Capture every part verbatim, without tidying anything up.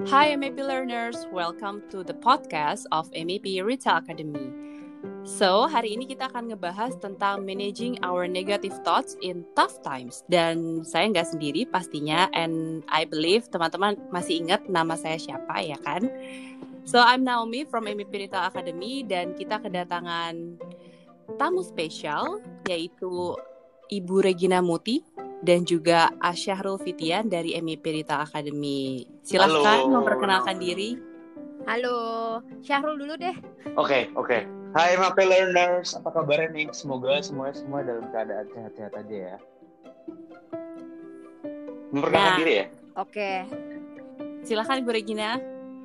Hi M A P learners, welcome to the podcast of M A P Retail Academy. So, hari ini kita akan ngebahas tentang managing our negative thoughts in tough times. Dan saya nggak sendiri pastinya, and I believe teman-teman masih ingat nama saya siapa, ya kan? So, I'm Naomi from M A P Retail Academy, dan kita kedatangan tamu spesial, yaitu Ibu Regina Muti dan juga Asyahrul Fitian dari M A P Retail Academy. Silahkan Halo. memperkenalkan diri. Halo, Syahrul dulu deh. Oke, okay, oke. Okay. Hai M A P learners, apa kabarnya nih? Semoga semuanya semua dalam keadaan sehat-sehat aja ya. Memperkenalkan nah, diri ya? Oke. Okay. Silahkan Ibu Regina.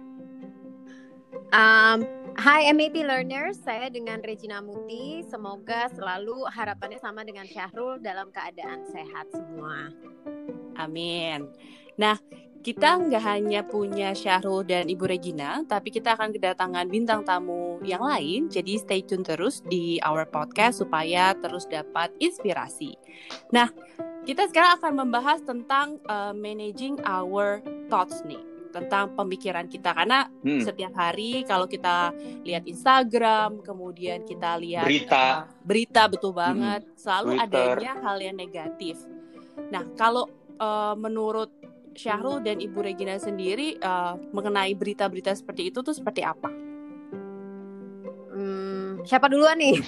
Um, Hai M A P learners, saya dengan Regina Muti. Semoga selalu harapannya sama dengan Syahrul dalam keadaan sehat semua. Amin. Nah, kita nggak hanya punya Syahrul dan Ibu Regina, tapi kita akan kedatangan bintang tamu yang lain. Jadi stay tune terus di our podcast supaya terus dapat inspirasi. Nah, kita sekarang akan membahas tentang uh, managing our thoughts nih. Tentang pemikiran kita, karena hmm. setiap hari kalau kita lihat Instagram, kemudian kita lihat berita, uh, berita betul banget, hmm. selalu Twitter. Adanya hal yang negatif. Nah, kalau uh, menurut Syahrul dan Ibu Regina sendiri uh, mengenai berita-berita seperti itu tuh seperti apa? Hmm, siapa duluan nih?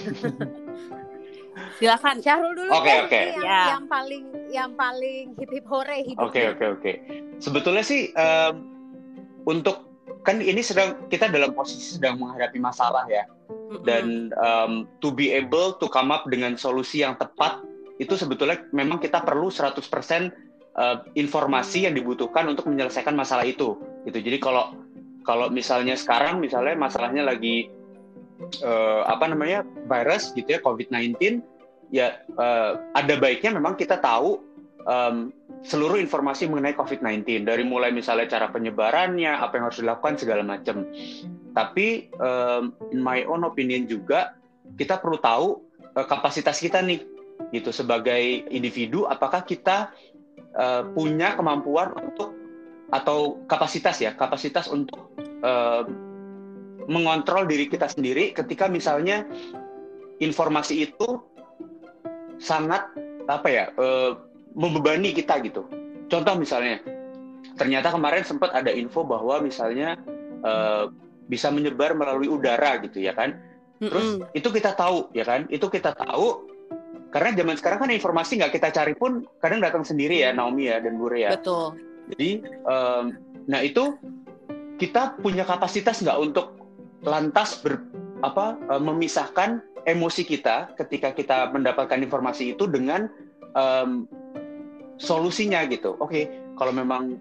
Silakan Syahrul dulu. Oke okay, oke. Okay. Yang, yeah. yang paling yang paling hip hip hore hidupnya. Oke okay, oke okay, oke. Okay. Sebetulnya sih um, untuk kan ini sedang kita dalam posisi sedang menghadapi masalah ya, mm-hmm. dan um, to be able to come up dengan solusi yang tepat itu sebetulnya memang kita perlu seratus persen uh, informasi yang dibutuhkan untuk menyelesaikan masalah itu gitu. Jadi kalau kalau misalnya sekarang misalnya masalahnya lagi uh, apa namanya virus gitu ya, covid sembilan belas ya, uh, ada baiknya memang kita tahu um, seluruh informasi mengenai covid sembilan belas, dari mulai misalnya cara penyebarannya, apa yang harus dilakukan segala macam. Tapi um, in my own opinion juga kita perlu tahu uh, kapasitas kita nih gitu sebagai individu, apakah kita uh, punya kemampuan untuk atau kapasitas ya kapasitas untuk uh, mengontrol diri kita sendiri ketika misalnya informasi itu sangat apa ya uh, membebani kita gitu. Contoh misalnya, ternyata kemarin sempat ada info bahwa misalnya uh, bisa menyebar melalui udara gitu ya kan. Terus mm-hmm. itu kita tahu ya kan, itu kita tahu karena zaman sekarang kan informasi nggak kita cari pun kadang datang sendiri ya Naomi ya dan Bure ya. Betul. Jadi, um, nah itu kita punya kapasitas nggak untuk lantas ber, apa uh, memisahkan emosi kita ketika kita mendapatkan informasi itu dengan um, solusinya gitu. Oke, okay, kalau memang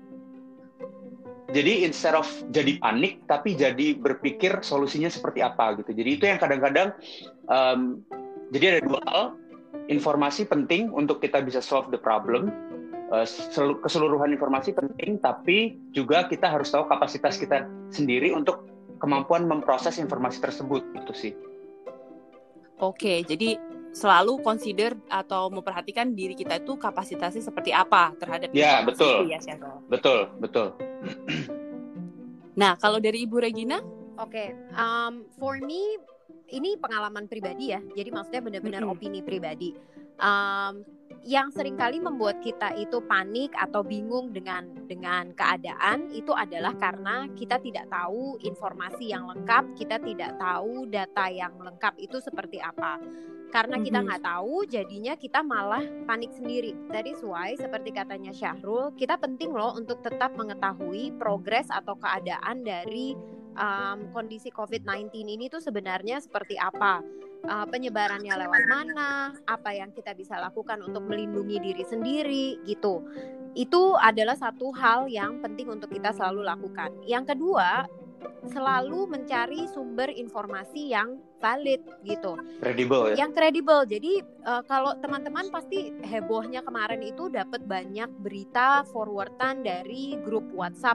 jadi instead of jadi panik tapi jadi berpikir solusinya seperti apa gitu. Jadi itu yang kadang-kadang um, jadi ada dua hal. Informasi penting untuk kita bisa solve the problem. Uh, keseluruhan informasi penting, tapi juga kita harus tahu kapasitas kita sendiri untuk kemampuan memproses informasi tersebut gitu sih. Oke, jadi selalu consider atau memperhatikan diri kita itu kapasitasnya seperti apa terhadap ya, informasi betul. itu ya, Syahrul. Betul, betul. Nah, kalau dari Ibu Regina? Oke, okay. um, for me ini pengalaman pribadi ya. Jadi maksudnya benar-benar mm-hmm. opini pribadi. Um, yang seringkali membuat kita itu panik atau bingung dengan dengan keadaan itu adalah karena kita tidak tahu informasi yang lengkap, kita tidak tahu data yang lengkap itu seperti apa. Karena kita nggak mm-hmm. tahu, jadinya kita malah panik sendiri. That is why, seperti katanya Syahrul, kita penting loh untuk tetap mengetahui progres atau keadaan dari um, kondisi covid sembilan belas ini tuh sebenarnya seperti apa. Uh, penyebarannya lewat mana, apa yang kita bisa lakukan untuk melindungi diri sendiri gitu. Itu adalah satu hal yang penting untuk kita selalu lakukan. Yang kedua, selalu mencari sumber informasi yang valid gitu. Kredibel ya. Yang kredibel. Jadi uh, kalau teman-teman pasti hebohnya kemarin itu dapat banyak berita forwardan dari grup WhatsApp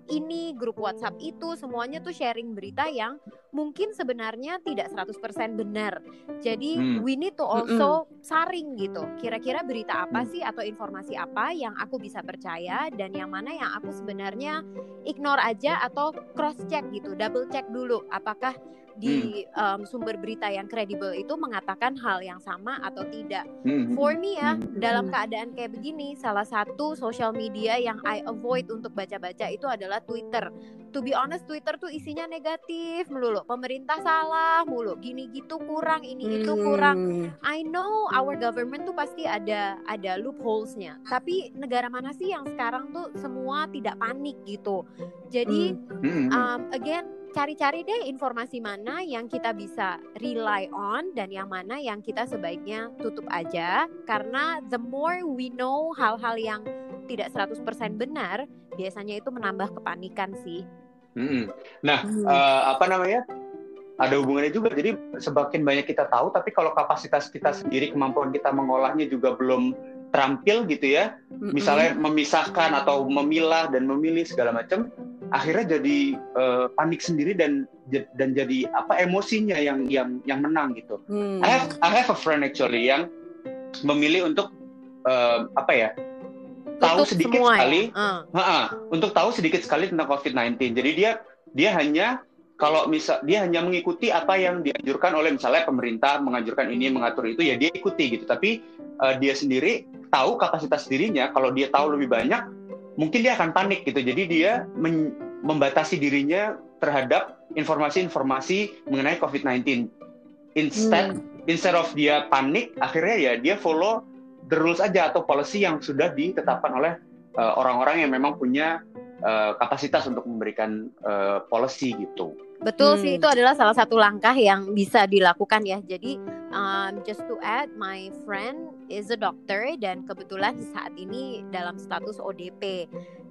ini, grup WhatsApp itu, semuanya tuh sharing berita yang mungkin sebenarnya tidak seratus persen benar. Jadi Hmm. we need to also saring gitu. Kira-kira berita apa sih atau informasi apa yang aku bisa percaya dan yang mana yang aku sebenarnya ignore aja atau cross check gitu, double check dulu apakah di um, sumber berita yang kredibel itu mengatakan hal yang sama atau tidak. Hmm. For me ya, Hmm. dalam keadaan kayak begini, salah satu social media yang I avoid untuk baca-baca itu adalah Twitter. To be honest, Twitter tuh isinya negatif melulu. Pemerintah salah mulu, gini gitu kurang, ini itu kurang. I know our government tuh pasti ada ada loopholes-nya. Tapi negara mana sih yang sekarang tuh semua tidak panik gitu. Jadi Hmm. um, again, cari-cari deh informasi mana yang kita bisa rely on dan yang mana yang kita sebaiknya tutup aja. Karena the more we know hal-hal yang tidak seratus persen benar, biasanya itu menambah kepanikan sih. Hmm. Nah, Hmm. uh, apa namanya? Ada hubungannya juga. Jadi semakin banyak kita tahu, tapi kalau kapasitas kita sendiri, kemampuan kita mengolahnya juga belum terampil gitu ya. Misalnya memisahkan atau memilah dan memilih segala macam, akhirnya jadi uh, panik sendiri dan dan jadi apa emosinya yang yang yang menang gitu. Hmm. I have I have a friend actually yang memilih untuk uh, apa ya? Tahu Tutup sedikit semua sekali, ya? uh. ha-ha, untuk tahu sedikit sekali tentang covid sembilan belas. Jadi dia dia hanya kalau misal dia hanya mengikuti apa yang dianjurkan oleh misalnya pemerintah menganjurkan ini mengatur itu ya dia ikuti gitu. Tapi uh, dia sendiri tahu kapasitas dirinya. Kalau dia tahu lebih banyak, mungkin dia akan panik gitu. Jadi dia men- membatasi dirinya terhadap informasi-informasi mengenai covid sembilan belas. Instead hmm. instead of dia panik, akhirnya ya dia follow the rules aja atau policy yang sudah ditetapkan oleh uh, orang-orang yang memang punya uh, kapasitas untuk memberikan uh, policy gitu. Betul Hmm. sih, itu adalah salah satu langkah yang bisa dilakukan ya. Jadi um, just to add, my friend is a doctor dan kebetulan saat ini dalam status O D P.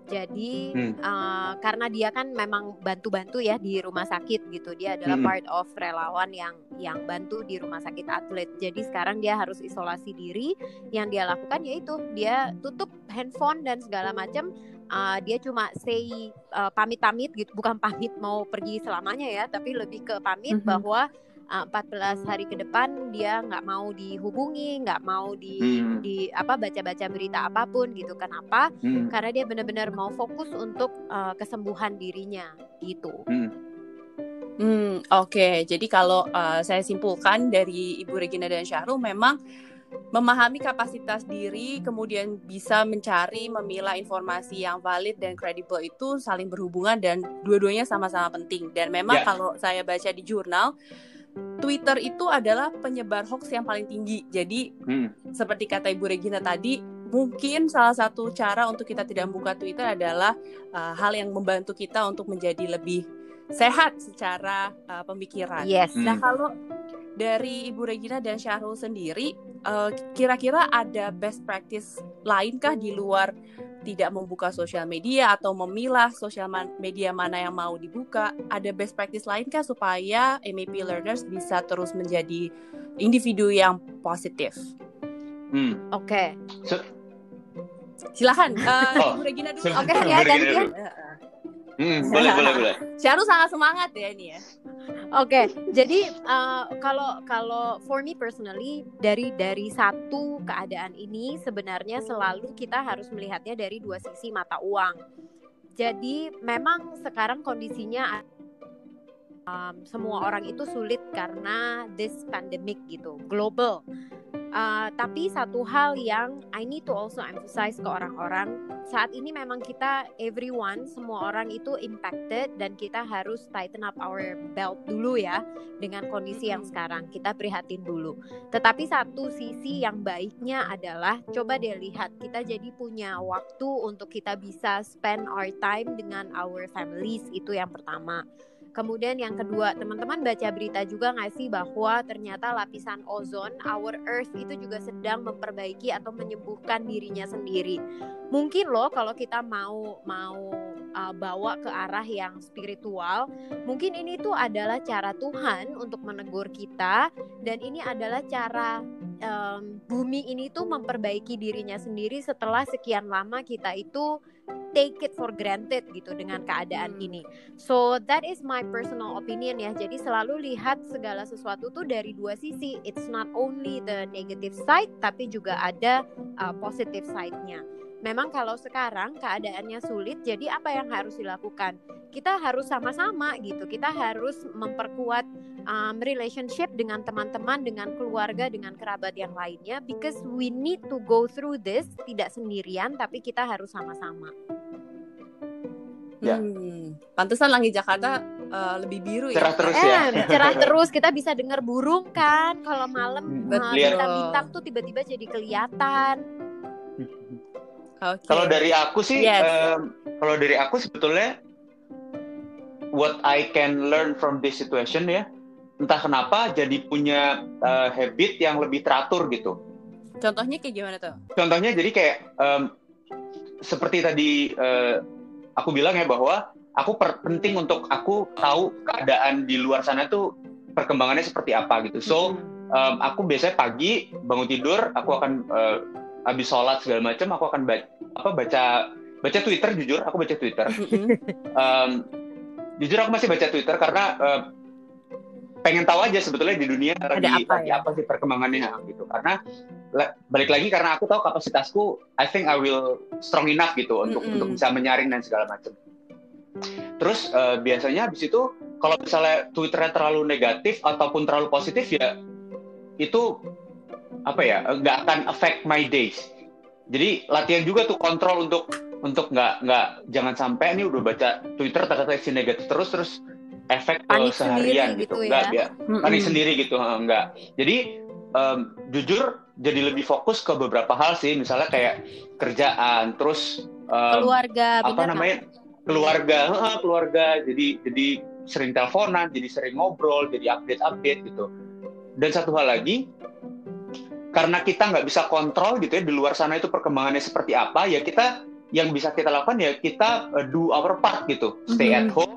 Jadi hmm. uh, karena dia kan memang bantu-bantu ya di rumah sakit gitu. Dia adalah hmm. part of relawan yang yang bantu di rumah sakit atlet. Jadi sekarang dia harus isolasi diri. Yang dia lakukan yaitu dia tutup handphone dan segala macam. Uh, dia cuma say uh, pamit-pamit gitu, bukan pamit mau pergi selamanya ya, tapi lebih ke pamit mm-hmm. bahwa uh, empat belas hari ke depan dia nggak mau dihubungi, nggak mau di, hmm. di apa baca-baca berita apapun gitu. Kenapa? Hmm. Karena dia benar-benar mau fokus untuk uh, kesembuhan dirinya gitu. Hmm. Hmm, Oke, okay. Jadi kalau uh, saya simpulkan dari Ibu Regina dan Syahrul, memang memahami kapasitas diri, kemudian bisa mencari, memilah informasi yang valid dan kredibel itu saling berhubungan dan dua-duanya sama-sama penting. Dan memang yeah. kalau saya baca di jurnal, Twitter itu adalah penyebar hoax yang paling tinggi. Jadi hmm. seperti kata Ibu Regina tadi, mungkin salah satu cara untuk kita tidak membuka Twitter adalah uh, hal yang membantu kita untuk menjadi lebih sehat secara uh, pemikiran. Yes. Nah kalau dari Ibu Regina dan Syahrul sendiri, uh, kira-kira ada best practice lainkah di luar tidak membuka sosial media atau memilah sosial media mana yang mau dibuka? Ada best practice lainkah supaya M A P learners bisa terus menjadi individu yang positif? Hmm. Oke. Okay. So, Silakan, uh, oh. Ibu Regina dulu. Oke okay, ya, gantian. Hmm, boleh, boleh, boleh. Syahrul sangat semangat ya ini ya. Oke, okay, jadi uh, kalau kalau for me personally dari dari satu keadaan ini sebenarnya selalu kita harus melihatnya dari dua sisi mata uang. Jadi memang sekarang kondisinya um, semua orang itu sulit karena this pandemic gitu, global. Uh, tapi satu hal yang I need to also emphasize ke orang-orang, saat ini memang kita everyone, semua orang itu impacted dan kita harus tighten up our belt dulu ya dengan kondisi yang sekarang, kita prihatin dulu. Tetapi satu sisi yang baiknya adalah coba deh lihat, kita jadi punya waktu untuk kita bisa spend our time dengan our families, itu yang pertama. Kemudian yang kedua, teman-teman baca berita juga nggak sih bahwa ternyata lapisan ozon, our earth itu juga sedang memperbaiki atau menyembuhkan dirinya sendiri. Mungkin loh kalau kita mau mau uh, bawa ke arah yang spiritual, mungkin ini tuh adalah cara Tuhan untuk menegur kita dan ini adalah cara um, bumi ini tuh memperbaiki dirinya sendiri setelah sekian lama kita itu take it for granted gitu dengan keadaan Hmm. ini. So that is my personal opinion ya. Jadi selalu lihat segala sesuatu tuh dari dua sisi. It's not only the negative side, tapi juga ada uh, positive side-nya. Memang kalau sekarang keadaannya sulit, jadi apa yang harus dilakukan? Kita harus sama-sama gitu. Kita harus memperkuat um, relationship dengan teman-teman, dengan keluarga, dengan kerabat yang lainnya. Because we need to go through this, tidak sendirian, tapi kita harus sama-sama. Ya. Hmm. Pantesan langit Jakarta uh, lebih biru Cerah ya. terus ya. Eh, cerah terus, kita bisa dengar burung kan. Kalau malam Hmm, uh, lihat. bintang-bintang tuh tiba-tiba jadi kelihatan. Oke. Kalau dari aku sih, Yes. em, kalau dari aku sebetulnya what I can learn from this situation ya, entah kenapa jadi punya uh, habit yang lebih teratur gitu. Contohnya kayak gimana tuh? Contohnya jadi kayak em, seperti tadi uh, aku bilang ya bahwa aku per- penting untuk aku tahu keadaan di luar sana tuh perkembangannya seperti apa gitu. So um, aku biasanya pagi bangun tidur, aku akan uh, habis sholat segala macam, aku akan baca apa baca baca Twitter. Jujur aku baca Twitter. Mm-mm. um, jujur aku masih baca Twitter karena uh, pengen tahu aja sebetulnya di dunia lagi apa lagi ya? apa sih perkembangannya gitu. Karena la- balik lagi karena aku tahu kapasitasku, I think I will strong enough gitu untuk Mm-mm. untuk bisa menyaring dan segala macam. Terus uh, biasanya habis itu kalau misalnya Twitternya terlalu negatif ataupun terlalu positif ya itu apa ya nggak akan affect my days. Jadi latihan juga tuh kontrol untuk untuk nggak nggak jangan sampai nih udah baca Twitter ternyata isi negatif terus terus efek ke Panik seharian sendiri gitu. gitu Nggak ya. ya panik Mm-mm. sendiri gitu nggak. Jadi um, jujur jadi lebih fokus ke beberapa hal sih, misalnya kayak kerjaan, terus um, Keluarga, apa bener namanya keluarga, heeh, keluarga. Jadi jadi sering teleponan, jadi sering ngobrol, jadi update-update gitu. Dan satu hal lagi, karena kita nggak bisa kontrol gitu ya di luar sana itu perkembangannya seperti apa, ya kita yang bisa kita lakukan ya kita uh, do our part gitu, stay at Mhm. home,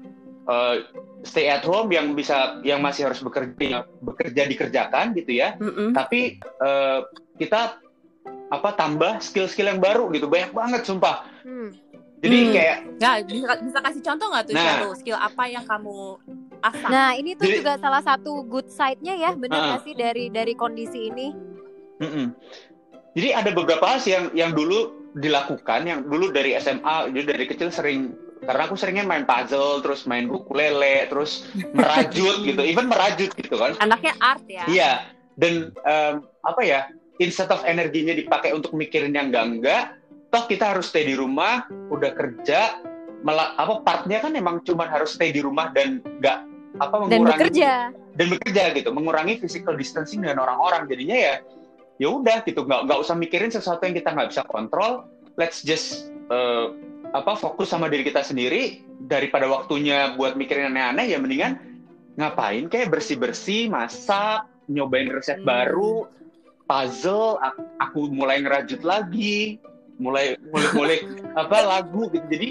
uh, stay at home yang bisa yang masih harus bekerja bekerja dikerjakan gitu ya, Mm-mm. tapi uh, kita apa tambah skill-skill yang baru gitu, banyak banget sumpah. Hmm. Jadi Hmm. kayak Nggak, bisa, bisa kasih contoh nggak tuh, Nah. Syahrul? Skill apa yang kamu asah? Nah ini tuh Jadi- juga salah satu good side-nya ya, bener Uh-uh. gak sih dari dari kondisi ini? Mm-mm. Jadi ada beberapa hal sih yang yang dulu dilakukan, yang dulu dari S M A, jadi dari kecil sering, karena aku seringnya main puzzle, terus main ukulele, terus merajut gitu, even merajut gitu kan. Anaknya art ya? Iya, dan um, apa ya, instead of energinya dipakai untuk mikirin yang enggak-enggak, toh kita harus stay di rumah, udah kerja, mela- apa partnya kan emang cuma harus stay di rumah dan nggak apa Dan mengurangi bekerja. dan bekerja gitu, mengurangi physical distancing dengan orang-orang. Jadinya ya ya udah gitu, nggak nggak usah mikirin sesuatu yang kita nggak bisa kontrol. Let's just uh, apa fokus sama diri kita sendiri, daripada waktunya buat mikirin aneh-aneh ya mendingan ngapain kayak bersih-bersih, masak, nyobain resep Hmm. baru, puzzle, aku, aku mulai ngerajut lagi, mulai mulai apa lagu gitu. Jadi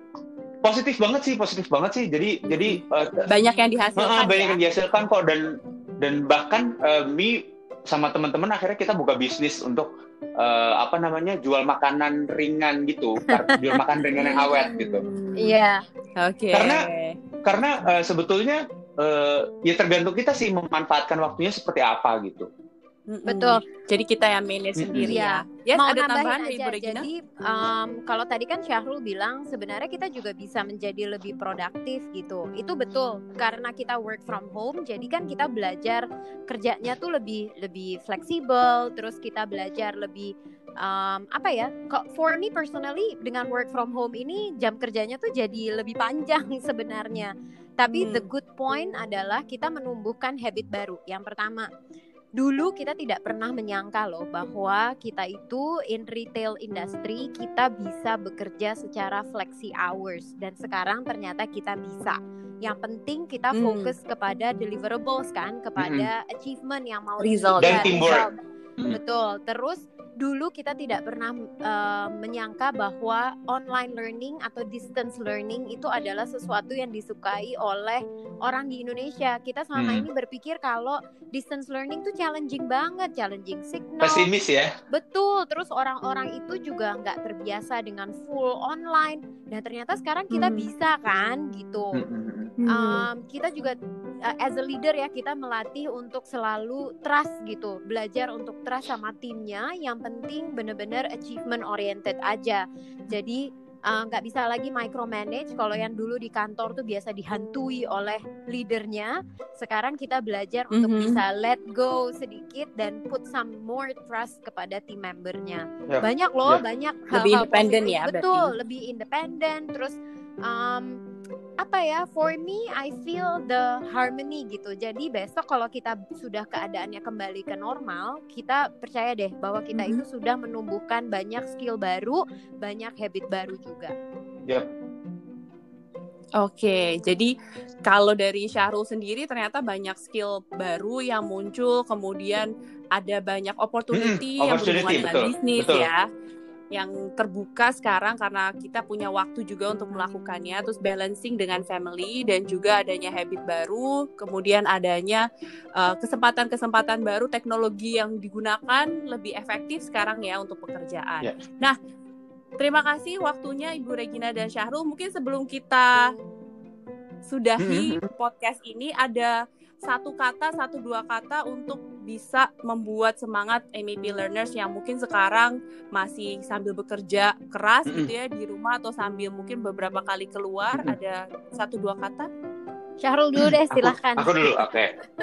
positif banget sih, positif banget sih. Jadi jadi uh, Banyak yang dihasilkan uh, banyak ya? yang dihasilkan kok, dan dan bahkan uh, Mi sama teman-teman akhirnya kita buka bisnis untuk uh, apa namanya jual makanan ringan gitu, jual makan ringan yang awet gitu. Iya. Oke. Karena- Karena uh, sebetulnya uh, ya tergantung kita sih memanfaatkan waktunya seperti apa gitu. Mm-mm. Betul. Jadi kita yang manage Mm-mm. sendiri Iya. ya. Yes, Mau ada tambahan nambahin dari aja, Ibu Regina? jadi um, kalau tadi kan Syahrul bilang sebenarnya kita juga bisa menjadi lebih produktif gitu. Itu betul, karena kita work from home, jadi kan kita belajar kerjanya tuh lebih lebih fleksibel, terus kita belajar lebih um, apa ya? Kok for me personally dengan work from home ini jam kerjanya tuh jadi lebih panjang sebenarnya. Tapi Hmm. the good point adalah kita menumbuhkan habit baru. Yang pertama, dulu kita tidak pernah menyangka loh bahwa kita itu in retail industry kita bisa bekerja secara flexi hours, dan sekarang ternyata kita bisa. Yang penting kita Hmm. fokus kepada deliverables kan, kepada achievement yang mau Result. Dan dilihat, teamwork. result. Betul. Terus dulu kita tidak pernah uh, menyangka bahwa online learning atau distance learning itu adalah sesuatu yang disukai oleh orang di Indonesia. Kita selama hmm. ini berpikir kalau distance learning tuh challenging banget, challenging signal. Pesimis ya? Betul. Terus orang-orang itu juga nggak terbiasa dengan full online. Dan ternyata sekarang kita hmm. bisa kan, gitu. Hmm. Um, kita juga uh, as a leader ya, kita melatih untuk selalu trust gitu, belajar untuk trust sama timnya. Yang penting benar-benar achievement oriented aja. Jadi nggak uh, bisa lagi micromanage. Kalau yang dulu di kantor tuh biasa dihantui oleh leadernya, sekarang kita belajar mm-hmm. untuk bisa let go sedikit dan put some more trust kepada team membernya. Yeah. Banyak loh, yeah. banyak lebih independen ya. Betul, berarti. lebih independen. Terus um, apa ya, for me I feel the harmony gitu. Jadi besok kalau kita sudah keadaannya kembali ke normal, kita percaya deh bahwa kita mm-hmm. itu sudah menumbuhkan banyak skill baru, banyak habit baru juga. Yep. Oke, jadi kalau dari Syahrul sendiri ternyata banyak skill baru yang muncul, kemudian ada banyak opportunity, mm, yang berhubungan dengan bisnis ya, yang terbuka sekarang karena kita punya waktu juga untuk melakukannya, terus balancing dengan family dan juga adanya habit baru, kemudian adanya uh, kesempatan-kesempatan baru, teknologi yang digunakan lebih efektif sekarang ya untuk pekerjaan. Yeah. Nah, terima kasih waktunya Ibu Regina dan Syahrul. Mungkin sebelum kita sudahi mm-hmm. podcast ini, ada satu kata, satu dua kata untuk bisa membuat semangat M A P learners yang mungkin sekarang masih sambil bekerja keras mm-hmm. gitu ya di rumah atau sambil mungkin beberapa kali keluar. Mm-hmm. Ada satu dua kata? Syahrul dulu deh, silahkan. Aku, aku dulu, oke. Okay.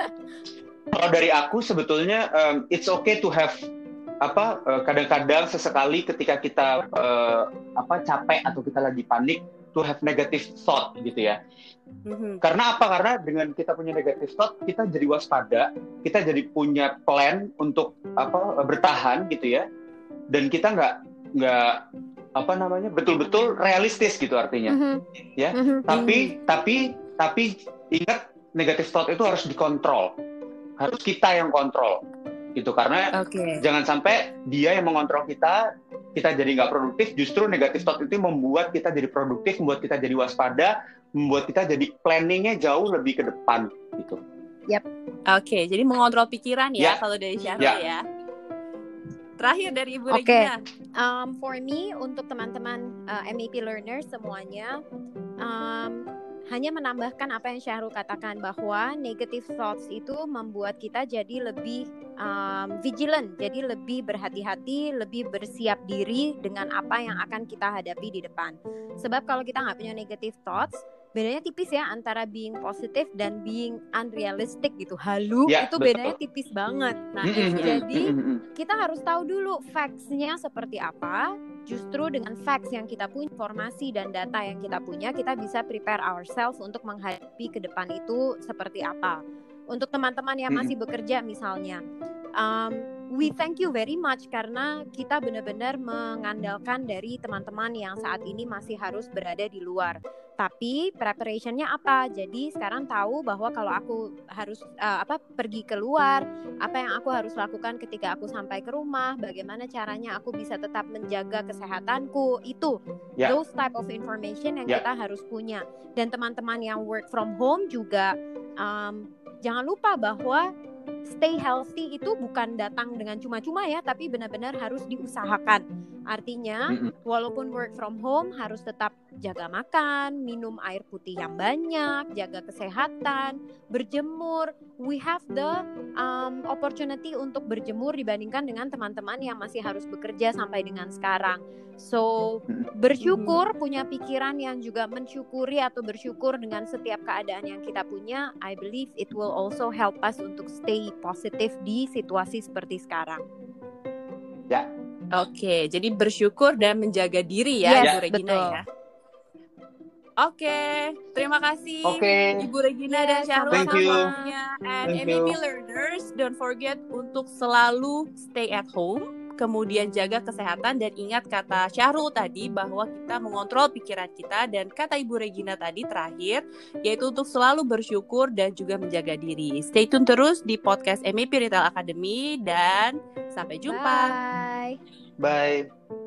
Kalau dari aku sebetulnya um, it's okay to have apa uh, kadang-kadang sesekali ketika kita uh, apa capek atau kita lagi panik, to have negative thought gitu ya. Mm-hmm. Karena apa? Karena dengan kita punya negative thought, kita jadi waspada, kita jadi punya plan untuk apa bertahan gitu ya. Dan kita nggak nggak apa namanya betul-betul realistis gitu artinya, mm-hmm. ya. Mm-hmm. Tapi tapi tapi ingat, negative thought itu harus dikontrol, harus kita yang kontrol. Gitu, karena okay. jangan sampai dia yang mengontrol kita, kita jadi nggak produktif. Justru negative thought itu membuat kita jadi produktif, membuat kita jadi waspada, membuat kita jadi planningnya jauh lebih ke depan gitu. Yap. Oke, okay, jadi mengontrol pikiran ya, ya. Kalau dari Syahrul ya. ya. Terakhir dari Ibu okay. Regina. Um, for me, untuk teman-teman uh, M A P learners semuanya, um, hanya menambahkan apa yang Syahrul katakan, bahwa negative thoughts itu membuat kita jadi lebih um, vigilant, jadi lebih berhati-hati, lebih bersiap diri dengan apa yang akan kita hadapi di depan. Sebab kalau kita nggak punya negative thoughts, bedanya tipis ya antara being positive dan being unrealistic gitu. Halu ya, itu bedanya betul. tipis banget. Nah, mm-hmm. jadi kita harus tahu dulu facts-nya seperti apa. Justru dengan facts yang kita punya, informasi dan data yang kita punya, kita bisa prepare ourselves untuk menghadapi ke depan itu seperti apa. Untuk teman-teman yang masih bekerja misalnya, um, we thank you very much karena kita benar-benar mengandalkan dari teman-teman yang saat ini masih harus berada di luar. Tapi preparationnya apa? Jadi sekarang tahu bahwa kalau aku harus uh, apa pergi keluar, apa yang aku harus lakukan ketika aku sampai ke rumah, bagaimana caranya aku bisa tetap menjaga kesehatanku, itu yeah. those type of information yang yeah. kita harus punya. Dan teman-teman yang work from home juga um, jangan lupa bahwa stay healthy itu bukan datang dengan cuma-cuma ya, tapi benar-benar harus diusahakan. Artinya, mm-hmm. walaupun work from home, harus tetap jaga makan, minum air putih yang banyak, jaga kesehatan, berjemur. We have the um, opportunity untuk berjemur dibandingkan dengan teman-teman yang masih harus bekerja sampai dengan sekarang. So, bersyukur, punya pikiran yang juga mensyukuri atau bersyukur dengan setiap keadaan yang kita punya. I believe it will also help us untuk stay positif di situasi seperti sekarang. Ya. Oke, jadi bersyukur dan menjaga diri ya, yes, Ibu Regina betul. ya. Oke, terima kasih okay. Ibu Regina yes, dan Syahrul semuanya. And M A P learners, don't forget untuk selalu stay at home. kemudian jaga kesehatan, dan ingat kata Syahrul tadi bahwa kita mengontrol pikiran kita, dan kata Ibu Regina tadi terakhir yaitu untuk selalu bersyukur dan juga menjaga diri. Stay tune terus di podcast M A P Retail Academy dan sampai jumpa. Bye. Bye.